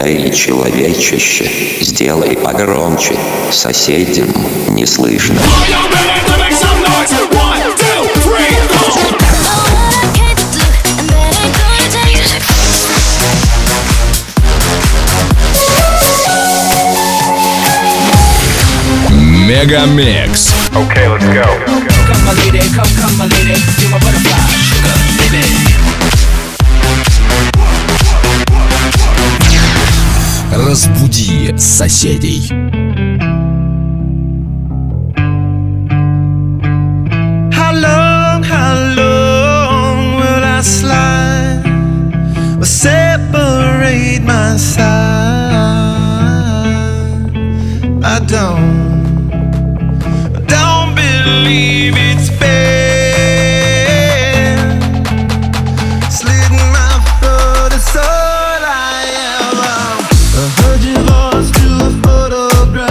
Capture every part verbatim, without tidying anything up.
Эй, человечище, сделай погромче, соседям не слышно. Мегамикс. Okay, let's go. Come my lady, come, come my lady, you're my butterfly, sugar, baby. Разбуди соседей. How long, how long will I slide or separate my side? I don't, don't believe it's fair. Slitting my throat is all I am. I heard your voice through a photograph.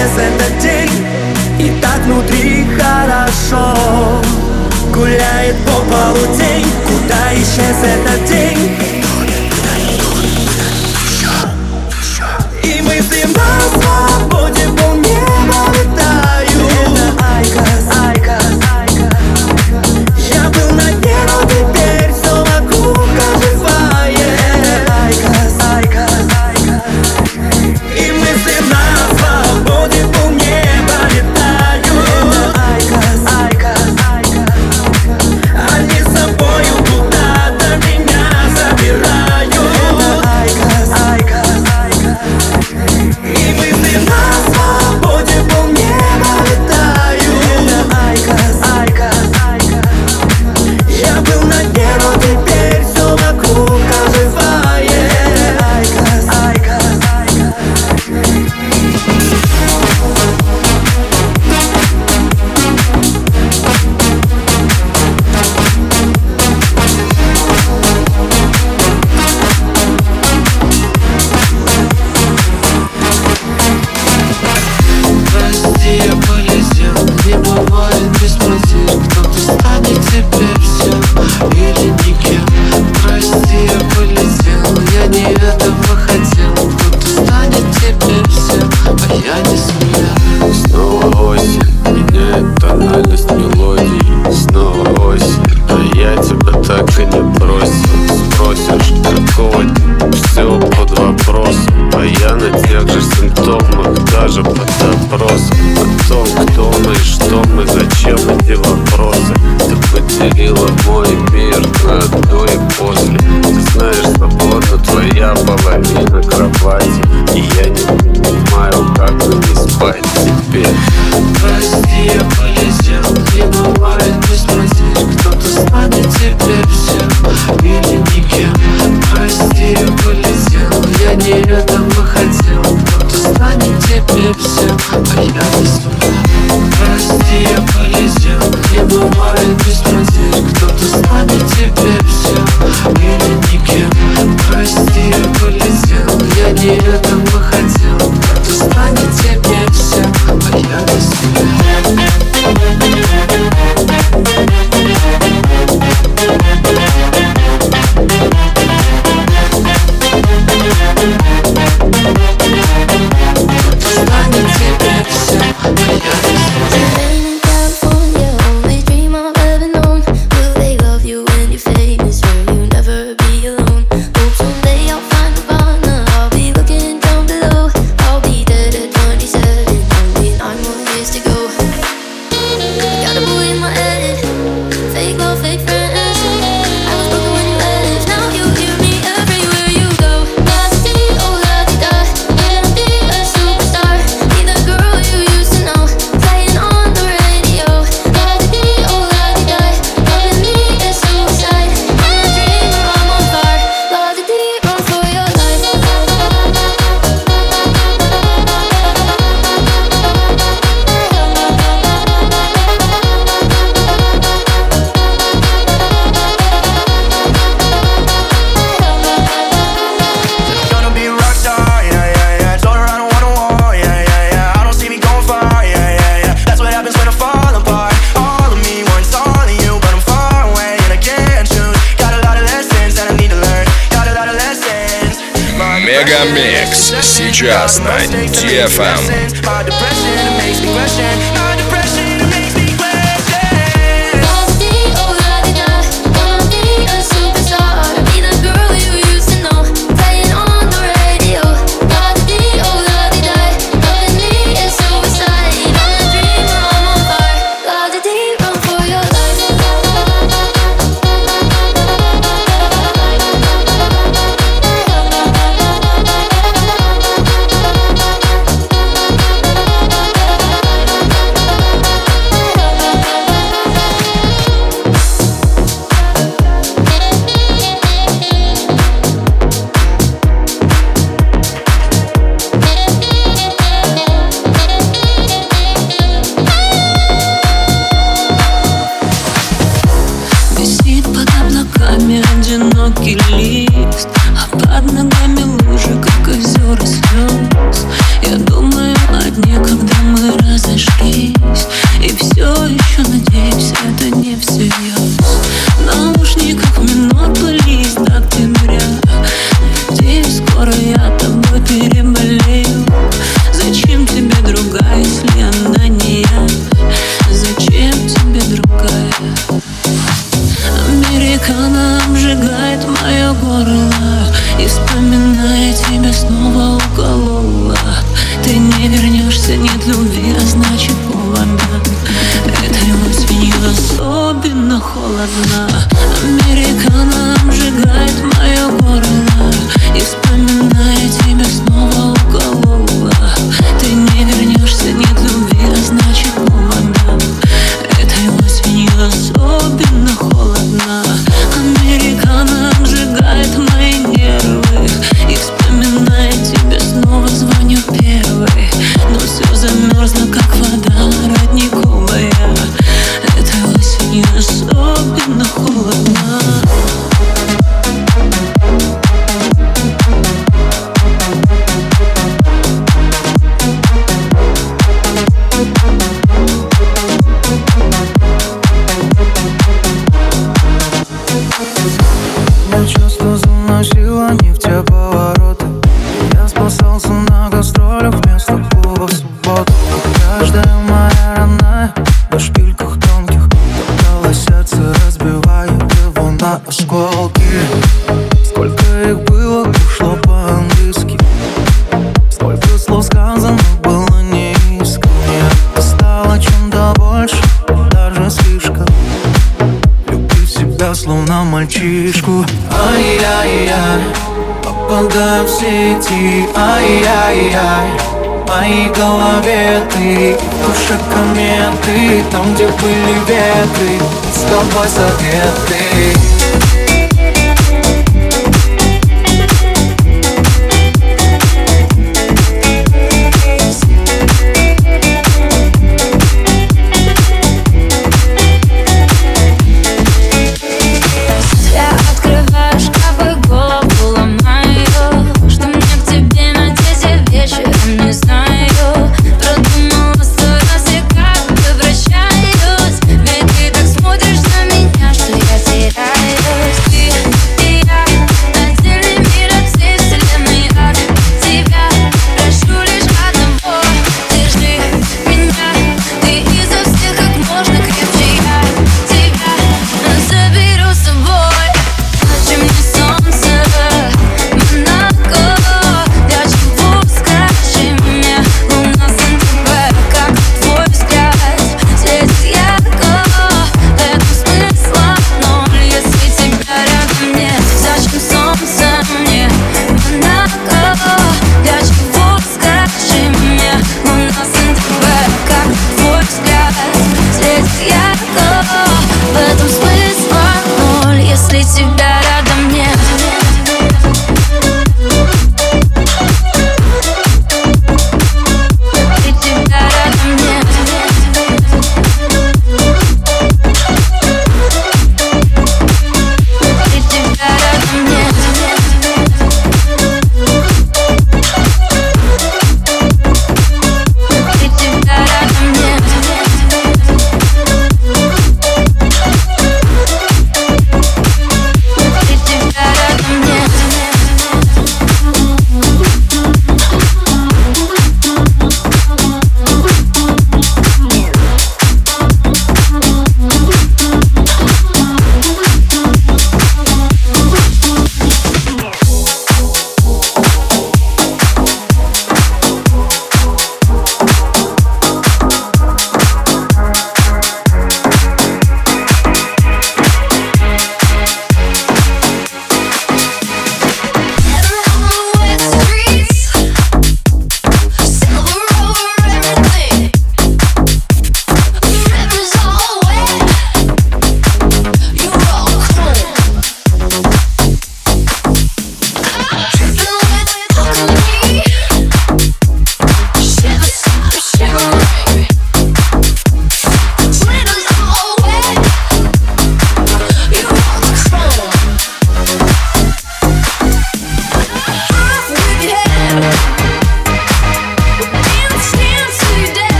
исчез этот день, и так внутри хорошо. Гуляет по полу день, куда исчез этот день. И мысли на свободе полнеба летают. Это Айкос. Я был на дне, но теперь все вокруг оживает. Айкос. И мысли на свободе полнеба летают. Айкос. Они с собою куда-то меня забирают. И мысли на свободе полнеба летают. Я был на дне, но теперь все вокруг оживает. Прости, я полетел, не бывает без потерь. Кто-то станет теперь всем или никем. Прости, я полетел, я не этого хотел. Кто-то станет теперь всем, а я не сумел. Снова осень, меняет тональность мелодий. Снова осень, а я тебя так и не бросил. Спросишь, какого дня? Все под вопросом, а я на тех же симптомах, даже под допросом. О том, кто мы, что мы, зачем эти вопросы. Ты поделила мой мир на до и после. Ты знаешь, свободна твоя половина кровати, и я не понимаю, как бы не спать теперь. Прости, я полетел, не бывает без потерь. Кто-то станет теперь всем или никем. Прости, я полетел, я не этого хотел. Кто-то станет теперь всем, а я не сумел. Прости, я полетел, не бывает без потерь. Кто-то станет теперь всем или никем. Прости, я полетел, я не этого хотел. Кто-то станет теперь всем, а я не сумел. Станет теперь всем, а я не сумел. Мегамикс сейчас на ди эф эм. мне, когда мы разошлись. И все еще надеюсь, это не всерьез. В наушниках минор плейлист октября. Надеюсь, скоро я тобой переболею. Зачем тебе другая, если она не я? Зачем тебе другая? Американо обжигает мое горло, и вспоминая тебя снова уколола. Ты не вернешься, нет любви, а значит повода. Этой осенью особенно холодно. Американо обжигает мое горло, и вспоминая тебя снова уколола. Ты не вернешься, нет любви, а значит повода. Этой осенью особенно холодно. Американо обжигает мои нервы, и вспоминая тебя снова звоню первый. Но все замерзло, как вода родниковая. Этой осенью особенно холодно. Меня чувство заносило не в те повороты. Я спасался на гастролях вместо клуба в субботу. Каждая моя родная на шпильках тонких топтала сердце, разбивая его на осколки. Сколько их было, ушло по-английски. Сколько слов сказано было неискренне. Ты стала чем-то больше, даже слишком. Люблю себя словно мальчишку. Ай-яй-яй, попадаю в сети. Ай-яй-яй, в моей голове ты, в душе кометы. Там, где были ветры, с тобой согреты. Смотришь на меня, что я теряю.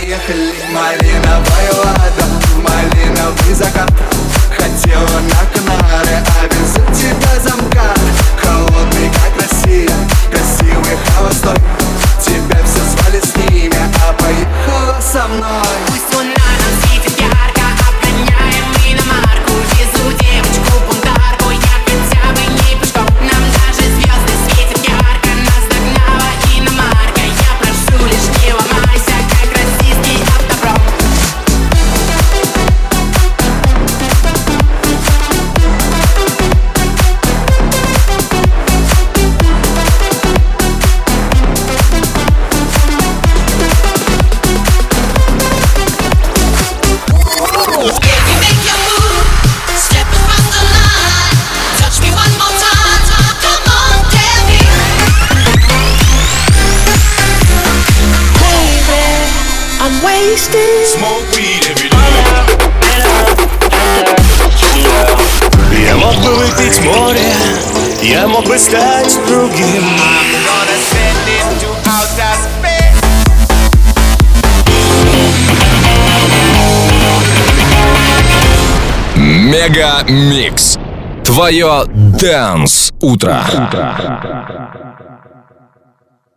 поехали. Малиновый ладан, малиновый закат. Хотела на Канары, а везу тебя замка. Холодный, как Россия, красивый холостой. Тебя все звали с ними, а поехала со мной. Пусть луна нам светит ярко, обгоняем мы иномарку. Везу девочку бунтарку, я хотя бы не пешком. Нам даже звезды светят ярко, нас догнала иномарка. Я прошу, лишь не ломайся, как российский автопром. Smoke weed every day. Я мог бы выпить море, я мог бы стать другим. Мега Микс. Твое Dance утро.